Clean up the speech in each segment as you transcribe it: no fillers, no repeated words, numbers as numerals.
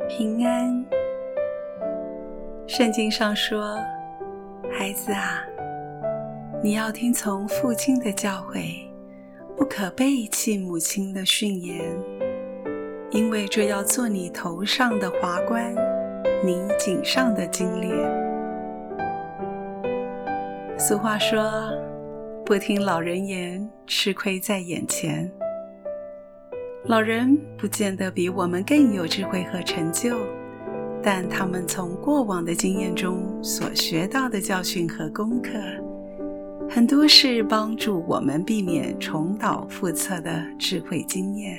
平安。圣经上说，孩子啊，你要听从父亲的教诲，不可背弃母亲的训言，因为这要做你头上的华冠，你颈上的金链。俗话说，不听老人言，吃亏在眼前。老人不见得比我们更有智慧和成就，但他们从过往的经验中所学到的教训和功课，很多是帮助我们避免重蹈覆辙的智慧经验。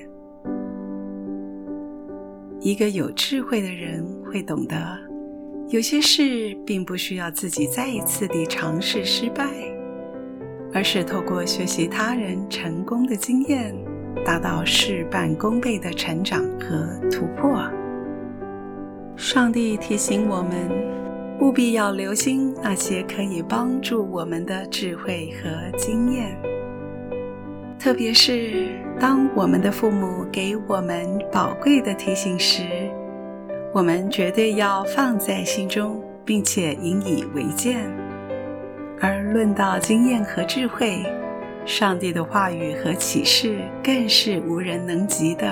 一个有智慧的人会懂得，有些事并不需要自己再一次地尝试失败，而是透过学习他人成功的经验，达到事半功倍的成长和突破。上帝提醒我们，务必要留心那些可以帮助我们的智慧和经验，特别是当我们的父母给我们宝贵的提醒时，我们绝对要放在心中，并且引以为鉴。而论到经验和智慧，上帝的话语和启示更是无人能及的。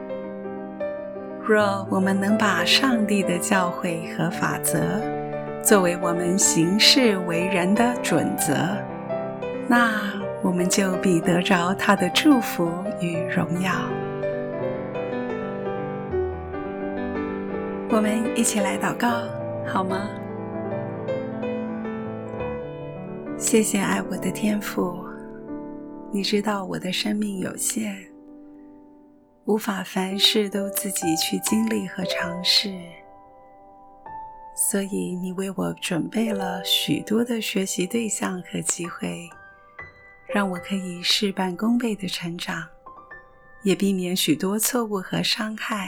若我们能把上帝的教诲和法则作为我们行事为人的准则，那我们就必得着他的祝福与荣耀。我们一起来祷告，好吗？谢谢爱我的天父，你知道我的生命有限，无法凡事都自己去经历和尝试，所以你为我准备了许多的学习对象和机会，让我可以事半功倍的成长，也避免许多错误和伤害。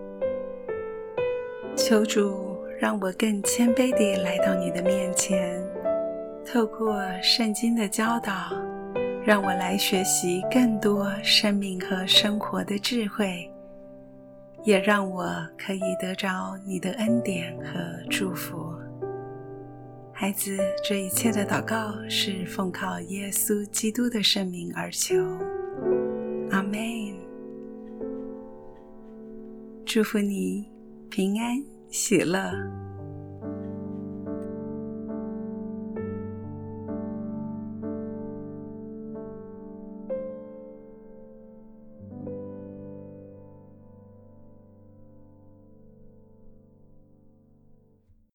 求主让我更谦卑地来到你的面前，透过圣经的教导，让我来学习更多生命和生活的智慧，也让我可以得着你的恩典和祝福。孩子，这一切的祷告是奉靠耶稣基督的圣名而求，阿们。祝福你平安喜乐。